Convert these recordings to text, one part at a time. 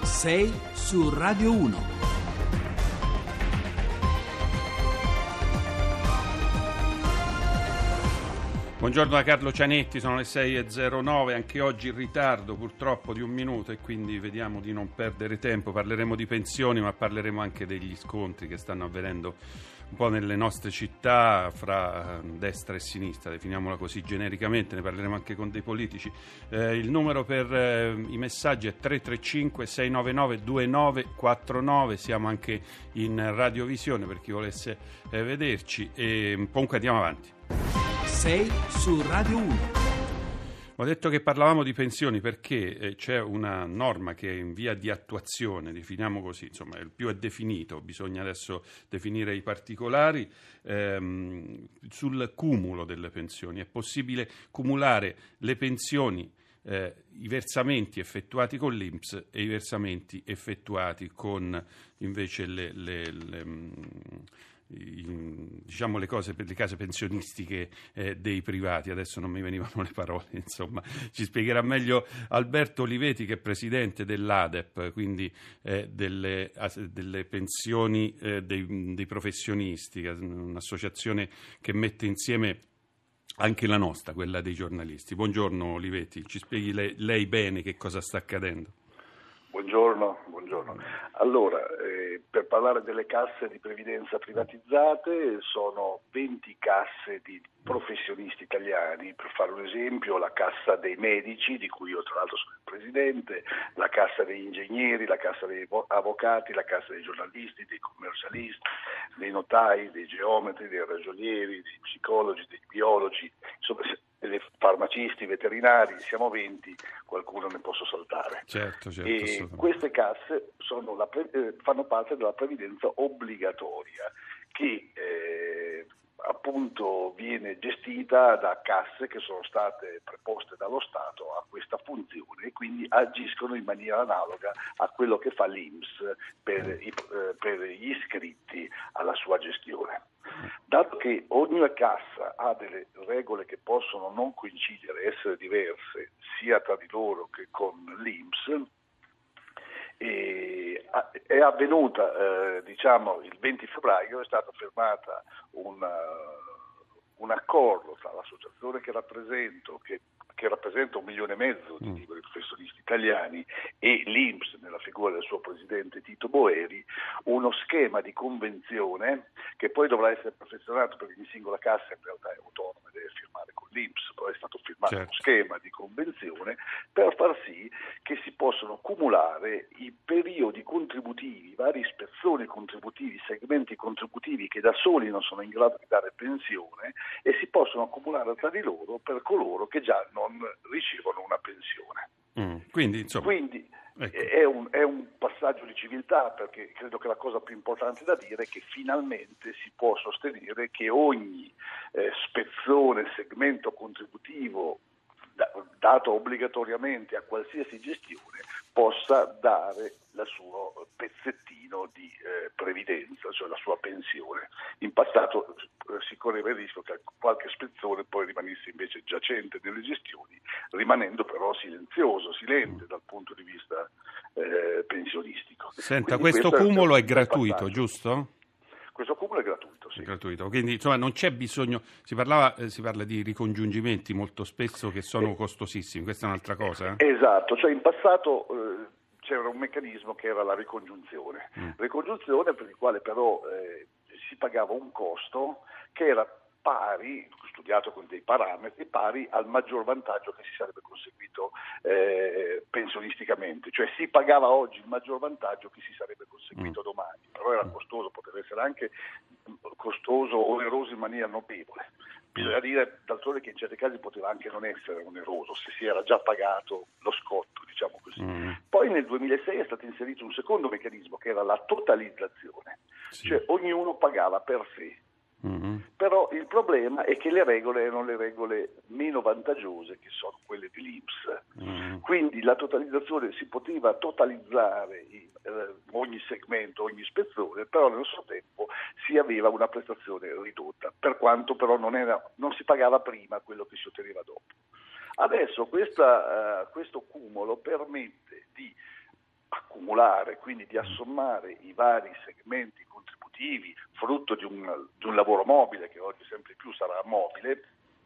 Sei su Radio 1. Buongiorno da Carlo Cianetti, sono le 6:09, anche oggi in ritardo purtroppo di un minuto e quindi vediamo di non perdere tempo. Parleremo di pensioni, ma parleremo anche degli scontri che stanno avvenendo un po' nelle nostre città fra destra e sinistra, definiamola così genericamente, ne parleremo anche con dei politici. Il numero per i messaggi è 335-699-2949, siamo anche in radiovisione per chi volesse vederci e comunque andiamo avanti. Sei su Radio 1. Ho detto che parlavamo di pensioni perché c'è una norma che è in via di attuazione, definiamo così, insomma il più è definito, bisogna adesso definire i particolari sul cumulo delle pensioni. È possibile cumulare le pensioni, i versamenti effettuati con l'INPS e i versamenti effettuati con invece diciamo le cose per le case pensionistiche dei privati. Adesso non mi venivano le parole, insomma ci spiegherà meglio Alberto Oliveti, che è presidente dell'ADEP, quindi delle pensioni dei professionisti, un'associazione che mette insieme anche la nostra, quella dei giornalisti. Buongiorno Oliveti, ci spieghi lei bene che cosa sta accadendo? Buongiorno. Allora, per parlare delle casse di previdenza privatizzate, sono 20 casse di professionisti italiani. Per fare un esempio, la cassa dei medici, di cui io tra l'altro sono il presidente, la cassa degli ingegneri, la cassa dei avvocati, la cassa dei giornalisti, dei commercialisti, dei notai, dei geometri, dei ragionieri, dei psicologi, dei biologi, insomma dei farmacisti, veterinari, siamo 20, qualcuno ne posso saltare. Certo, e queste casse fanno parte della previdenza obbligatoria che appunto viene gestita da casse che sono state preposte dallo Stato a questa funzione e quindi agiscono in maniera analoga a quello che fa l'INPS per gli iscritti alla sua gestione. Dato che ogni cassa ha delle regole che possono non coincidere, essere diverse sia tra di loro che con l'INPS, è avvenuta il 20 febbraio, è stata firmata un accordo tra l'associazione che rappresento, che rappresenta 1,5 milioni di liberi professionisti italiani, e l'INPS nella figura del suo presidente Tito Boeri, uno schema di convenzione che poi dovrà essere perfezionato, perché ogni singola cassa in realtà è autonoma e deve firmare con l'INPS, però è stato firmato uno schema di convenzione per far sì che si possano cumulare i periodi contributivi, vari spezzoni contributivi, segmenti contributivi che da soli non sono in grado di dare pensione, e si possono accumulare tra di loro per coloro che già non ricevono una pensione. Quindi insomma, ecco. È un passaggio di civiltà, perché credo che la cosa più importante da dire è che finalmente si può sostenere che ogni spezzone, segmento contributivo dato obbligatoriamente a qualsiasi gestione possa dare il suo pezzettino di previdenza, cioè la sua pensione. In passato si correva il rischio che qualche spezzone poi rimanesse invece giacente nelle gestioni, rimanendo però silente dal punto di vista pensionistico. Senta, questo cumulo è gratuito, giusto? Questo cumulo è gratuito, sì. È gratuito, quindi insomma non c'è bisogno, si parla di ricongiungimenti molto spesso che sono costosissimi, questa è un'altra cosa? Esatto, cioè in passato c'era un meccanismo che era la ricongiunzione, per il quale però si pagava un costo che era pari, studiato con dei parametri, pari al maggior vantaggio che si sarebbe conseguito pensionisticamente, cioè si pagava oggi il maggior vantaggio che si sarebbe conseguito domani, però era costoso, poteva essere anche costoso, oneroso in maniera notevole. Bisogna dire d'altronde che in certi casi poteva anche non essere oneroso, se si era già pagato lo scotto, diciamo così. Poi nel 2006 è stato inserito un secondo meccanismo che era la totalizzazione, cioè ognuno pagava per sé. Però il problema è che le regole erano le regole meno vantaggiose, che sono quelle dell'INPS. Quindi la totalizzazione, si poteva totalizzare ogni segmento, ogni spezzone, però nello stesso tempo si aveva una prestazione ridotta, per quanto però non si pagava prima quello che si otteneva dopo. Adesso questo cumulo permette di accumulare, quindi di assommare i vari segmenti contributivi, frutto di un lavoro mobile, che oggi sempre più sarà mobile,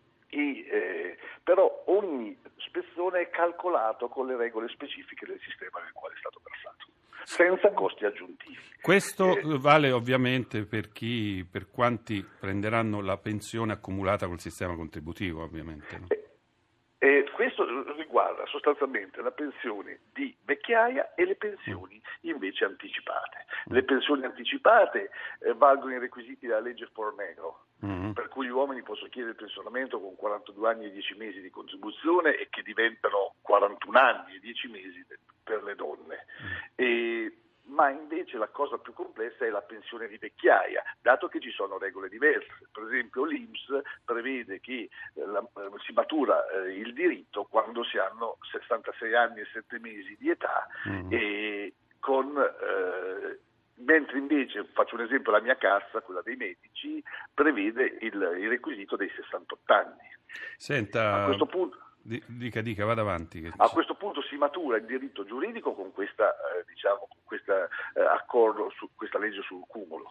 però ogni spezzone è calcolato con le regole specifiche del sistema nel quale è stato versato, senza costi aggiuntivi. Questo vale ovviamente per quanti prenderanno la pensione accumulata col sistema contributivo, ovviamente, no? Questo riguarda sostanzialmente la pensione di vecchiaia e le pensioni invece anticipate. Le pensioni anticipate valgono i requisiti della legge Fornero, per cui gli uomini possono chiedere il pensionamento con 42 anni e 10 mesi di contribuzione e che diventano 41 anni e 10 mesi per le donne. Ma invece la cosa più complessa è la pensione di vecchiaia, dato che ci sono regole diverse. Per esempio l'INPS prevede che si matura il diritto quando si hanno 66 anni e 7 mesi di età, mentre invece, faccio un esempio, la mia cassa, quella dei medici, prevede il requisito dei 68 anni. Senta, a questo punto... Dica, vada avanti. A questo punto si matura il diritto giuridico con questa accordo, su questa legge sul cumulo.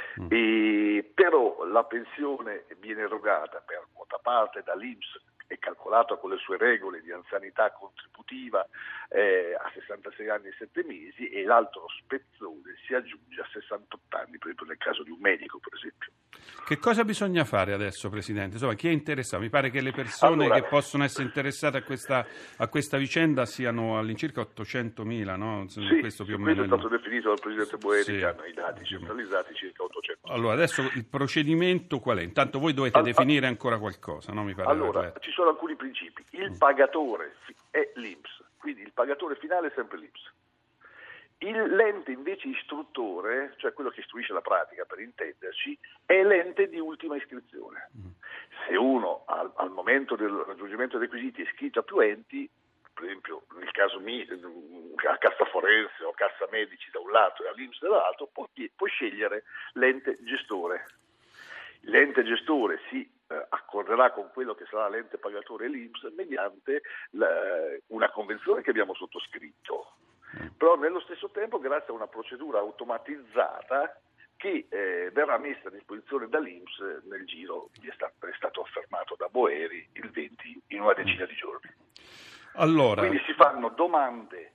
Però la pensione viene erogata per quota parte dall'INPS, è calcolata con le sue regole di anzianità contributiva a 66 anni e 7 mesi, e l'altro spezzone si aggiunge a 68 anni, per esempio nel caso di un medico, per esempio. Che cosa bisogna fare adesso, Presidente? Insomma, chi è interessato? Mi pare che le persone che possono essere interessate a questa vicenda siano all'incirca 800.000, no? Sì, questo più o meno è stato definito dal Presidente Boeri, sì, che hanno i dati centralizzati, circa 800. Allora, adesso il procedimento qual è? Intanto voi dovete definire ancora qualcosa, no? Mi pare. Allora, ci sono alcuni principi. Il pagatore è l'INPS, quindi il pagatore finale è sempre l'INPS. L'ente invece istruttore, cioè quello che istruisce la pratica per intenderci, è l'ente di ultima iscrizione. Se uno al momento del raggiungimento dei requisiti è iscritto a più enti, per esempio nel caso mio, a Cassa Forense o Cassa Medici da un lato e all'INPS dall'altro, può scegliere l'ente gestore. L'ente gestore si accorderà con quello che sarà l'ente pagatore e l'INPS mediante una convenzione che abbiamo sottoscritto. Però nello stesso tempo, grazie a una procedura automatizzata che verrà messa a disposizione dall'INPS nel giro, è stato affermato da Boeri, il 20, in una decina di giorni. Allora, quindi si fanno domande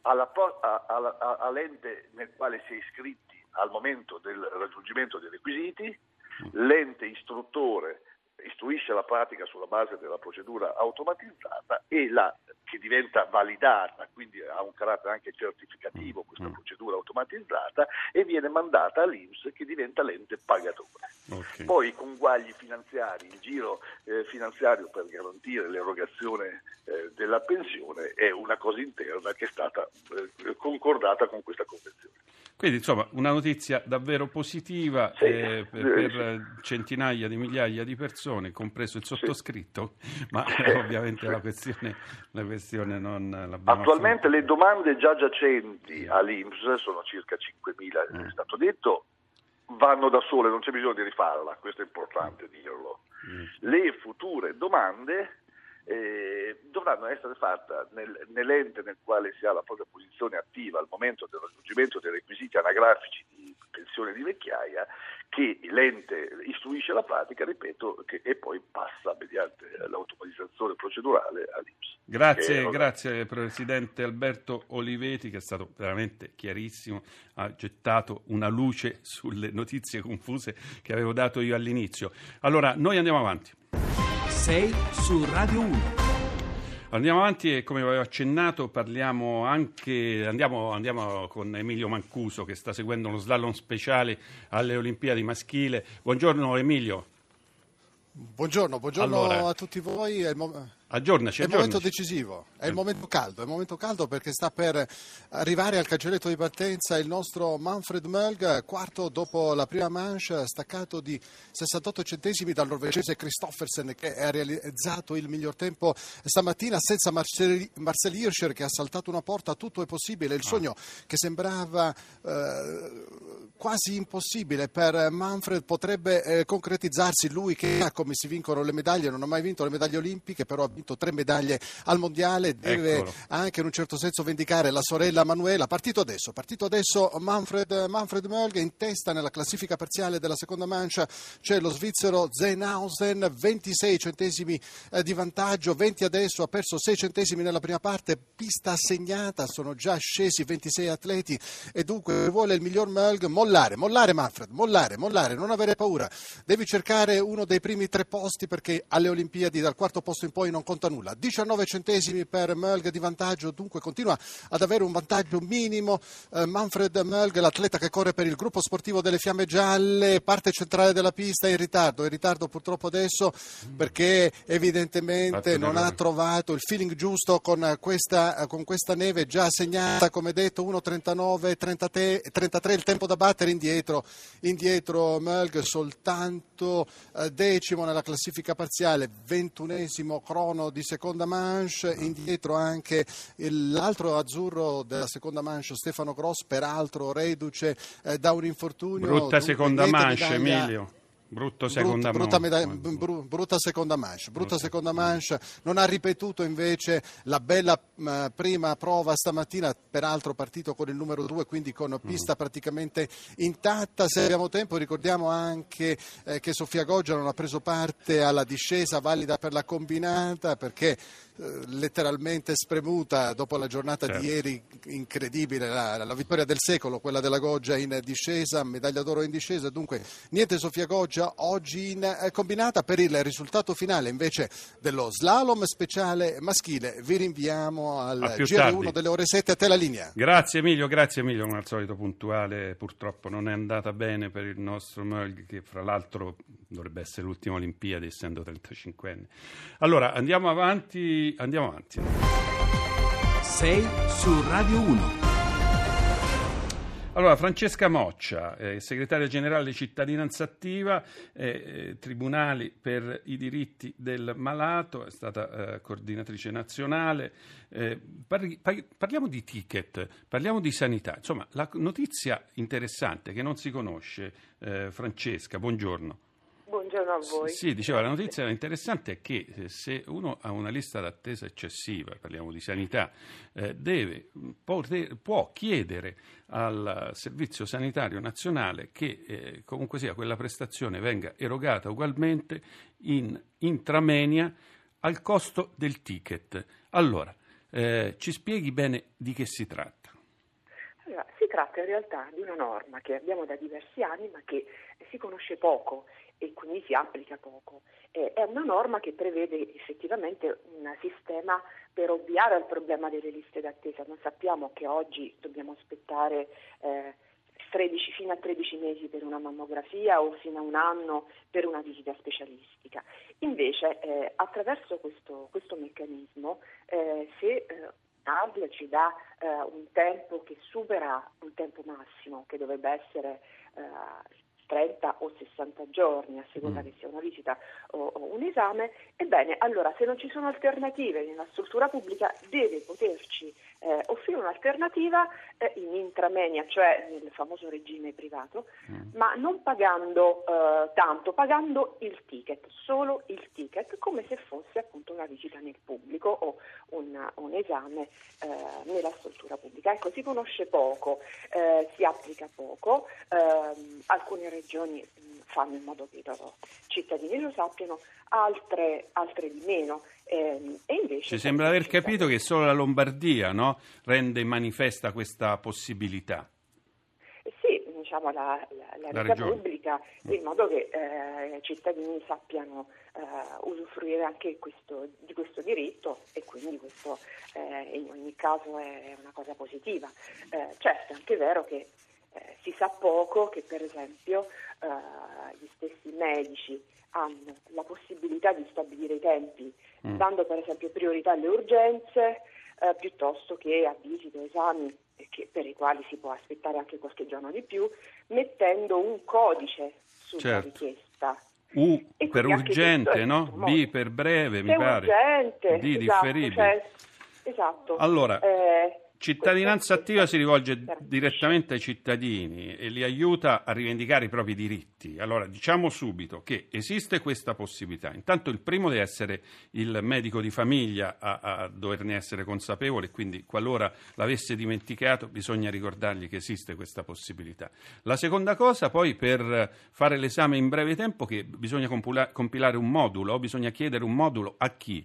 all'ente nel quale si è iscritti al momento del raggiungimento dei requisiti, l'ente istruttore istruisce la pratica sulla base della procedura automatizzata e che diventa validata, quindi ha un carattere anche certificativo questa procedura automatizzata, e viene mandata all'INPS, che diventa l'ente pagatore. Okay. Poi i conguagli finanziari, il giro finanziario per garantire l'erogazione della pensione è una cosa interna che è stata concordata con questa convenzione. Quindi insomma una notizia davvero positiva per centinaia di migliaia di persone, compreso il sottoscritto, ma ovviamente la questione non l'abbiamo attualmente affrontata. Le domande già giacenti all'INPS sono circa 5.000, è stato detto, vanno da sole, non c'è bisogno di rifarla, questo è importante dirlo. Le future domande dovranno essere fatte nell'ente nel quale si ha la propria posizione attiva al momento del raggiungimento dei requisiti anagrafici di pensione di vecchiaia, che l'ente istruisce la pratica, ripeto, e poi passa mediante l'automatizzazione procedurale all'INPS. Grazie Presidente Alberto Oliveti, che è stato veramente chiarissimo, ha gettato una luce sulle notizie confuse che avevo dato io all'inizio. Allora, noi andiamo avanti. Sei su Radio 1. Andiamo avanti e, come avevo accennato, andiamo con Emilio Mancuso, che sta seguendo lo slalom speciale alle Olimpiadi maschile. Buongiorno Emilio. Buongiorno allora, a tutti voi. Aggiornaci. È il momento decisivo, è il momento caldo perché sta per arrivare al cancelletto di partenza il nostro Manfred Mølg, quarto dopo la prima manche, staccato di 68 centesimi dal norvegese Christoffersen, che ha realizzato il miglior tempo stamattina senza Marcel Hirscher, che ha saltato una porta. Tutto è possibile, il sogno che sembrava quasi impossibile per Manfred potrebbe concretizzarsi. Lui che, come si vincono le medaglie, non ha mai vinto le medaglie olimpiche, però ha vinto vinto 3 medaglie al mondiale, deve anche in un certo senso vendicare la sorella Manuela. Partito adesso Manfred Mölg in testa nella classifica parziale della seconda mancia, c'è lo svizzero Zennhausen, 26 centesimi di vantaggio, 20 adesso, ha perso 6 centesimi nella prima parte, pista assegnata, sono già scesi 26 atleti e dunque vuole il miglior Mölg mollare Manfred, mollare, non avere paura, devi cercare uno dei primi 3 posti perché alle Olimpiadi dal quarto posto in poi non conta nulla. 19 centesimi per Mölg di vantaggio, dunque continua ad avere un vantaggio minimo Manfred Mölg, l'atleta che corre per il gruppo sportivo delle Fiamme Gialle, parte centrale della pista, in ritardo purtroppo adesso perché evidentemente non ha trovato il feeling giusto con questa neve già segnata, come detto 1:39:33 il tempo da battere, indietro Mölg soltanto decimo nella classifica parziale, 21esimo crono di seconda manche, indietro anche l'altro azzurro della seconda manche Stefano Gross, peraltro reduce da un infortunio. Brutta seconda manche, medaglia... Emilio. Brutta seconda manche, non ha ripetuto invece la bella prima prova stamattina, peraltro partito con il numero 2, quindi con pista praticamente intatta. Se abbiamo tempo ricordiamo anche che Sofia Goggia non ha preso parte alla discesa valida per la combinata perché letteralmente spremuta dopo la giornata di ieri incredibile, la vittoria del secolo, quella della Goggia in discesa, medaglia d'oro in discesa, dunque niente Sofia Goggia oggi in combinata. Per il risultato finale invece dello slalom speciale maschile vi rinviamo al GR1 delle ore 7, a te la linea. Grazie Emilio, come al solito puntuale. Purtroppo non è andata bene per il nostro Mölg, che fra l'altro dovrebbe essere l'ultima Olimpiade essendo 35enne. Allora andiamo avanti. Sei su Radio 1. Allora, Francesca Moccia, segretaria generale di Cittadinanza Attiva, Tribunali per i diritti del malato, è stata coordinatrice nazionale. Parliamo di ticket, parliamo di sanità. Insomma, la notizia interessante che non si conosce, Francesca, buongiorno. Buongiorno a voi. Sì, diceva, la notizia interessante è che se uno ha una lista d'attesa eccessiva, parliamo di sanità, può chiedere al Servizio Sanitario Nazionale che comunque sia quella prestazione venga erogata ugualmente in intramenia al costo del ticket. Allora, ci spieghi bene di che si tratta? Allora, si tratta in realtà di una norma che abbiamo da diversi anni ma che si conosce poco e quindi si applica poco. È una norma che prevede effettivamente un sistema per ovviare al problema delle liste d'attesa. Non sappiamo che oggi dobbiamo aspettare fino a 13 mesi per una mammografia o fino a un anno per una visita specialistica. Invece attraverso questo meccanismo se ASL ci dà un tempo che supera un tempo massimo che dovrebbe essere 30 o 60 giorni, a seconda che sia una visita o un esame, ebbene, allora se non ci sono alternative nella struttura pubblica deve poterci offrire un'alternativa in intramenia, cioè nel famoso regime privato, ma non pagando tanto, pagando il ticket, solo il ticket, come se fosse appunto una visita nel pubblico o un esame nella struttura pubblica. Ecco, si conosce poco, si applica poco, alcune regioni fanno in modo che i loro cittadini lo sappiano, altre di meno. E invece ci sembra aver capito che solo la Lombardia, no, rende manifesta questa possibilità. Sì, diciamo la Repubblica, in modo che i cittadini sappiano usufruire anche di questo diritto e quindi questo in ogni caso è una cosa positiva. Certo, è anche vero che si sa poco che per esempio gli stessi medici hanno la possibilità di stabilire i tempi, dando per esempio priorità alle urgenze piuttosto che a visite o esami per i quali si può aspettare anche qualche giorno di più, mettendo un codice sulla richiesta. U per urgente, no? B per breve, mi pare. Urgente, D esatto, differibile. esatto. Allora, Cittadinanza attiva si rivolge direttamente ai cittadini e li aiuta a rivendicare i propri diritti. Allora, diciamo subito che esiste questa possibilità. Intanto il primo deve essere il medico di famiglia a doverne essere consapevole, quindi qualora l'avesse dimenticato bisogna ricordargli che esiste questa possibilità. La seconda cosa, poi, per fare l'esame in breve tempo, che bisogna compilare un modulo, o bisogna chiedere un modulo a chi?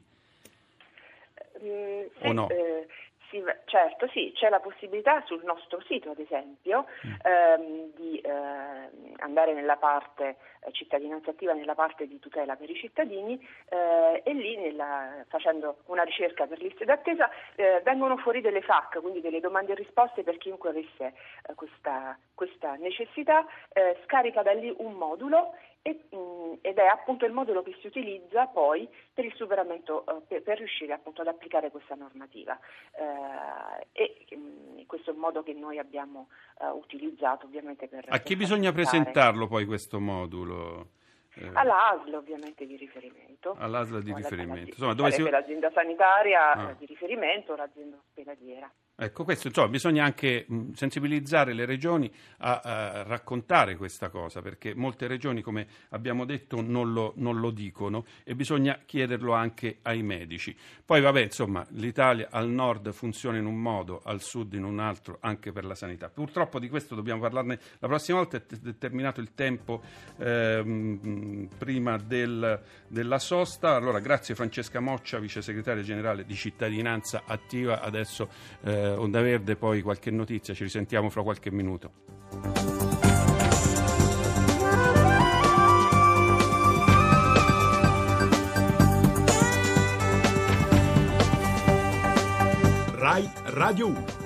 O no? Sì, certo, sì, c'è la possibilità sul nostro sito, ad esempio, di andare nella parte cittadinanza attiva, nella parte di tutela per i cittadini, e lì facendo una ricerca per liste d'attesa vengono fuori delle FAQ, quindi delle domande e risposte per chiunque avesse questa necessità, scarica da lì un modulo ed è appunto il modulo che si utilizza poi per il superamento, per riuscire appunto ad applicare questa normativa. Questo è il modo che noi abbiamo utilizzato ovviamente per... A chi bisogna presentarlo poi questo modulo? Alla ASL ovviamente di riferimento. All'ASL di riferimento. Insomma, dove l'azienda sanitaria di riferimento o l'azienda ospedaliera. Ecco, questo, insomma, bisogna anche sensibilizzare le regioni a raccontare questa cosa, perché molte regioni, come abbiamo detto, non lo dicono e bisogna chiederlo anche ai medici. Poi, vabbè, insomma, l'Italia al nord funziona in un modo, al sud in un altro, anche per la sanità. Purtroppo di questo dobbiamo parlarne la prossima volta, è terminato il tempo prima della sosta. Allora, grazie Francesca Moccia, vice segretaria generale di Cittadinanza Attiva. Adesso Onda Verde, poi qualche notizia, ci risentiamo fra qualche minuto. Rai Radio 1.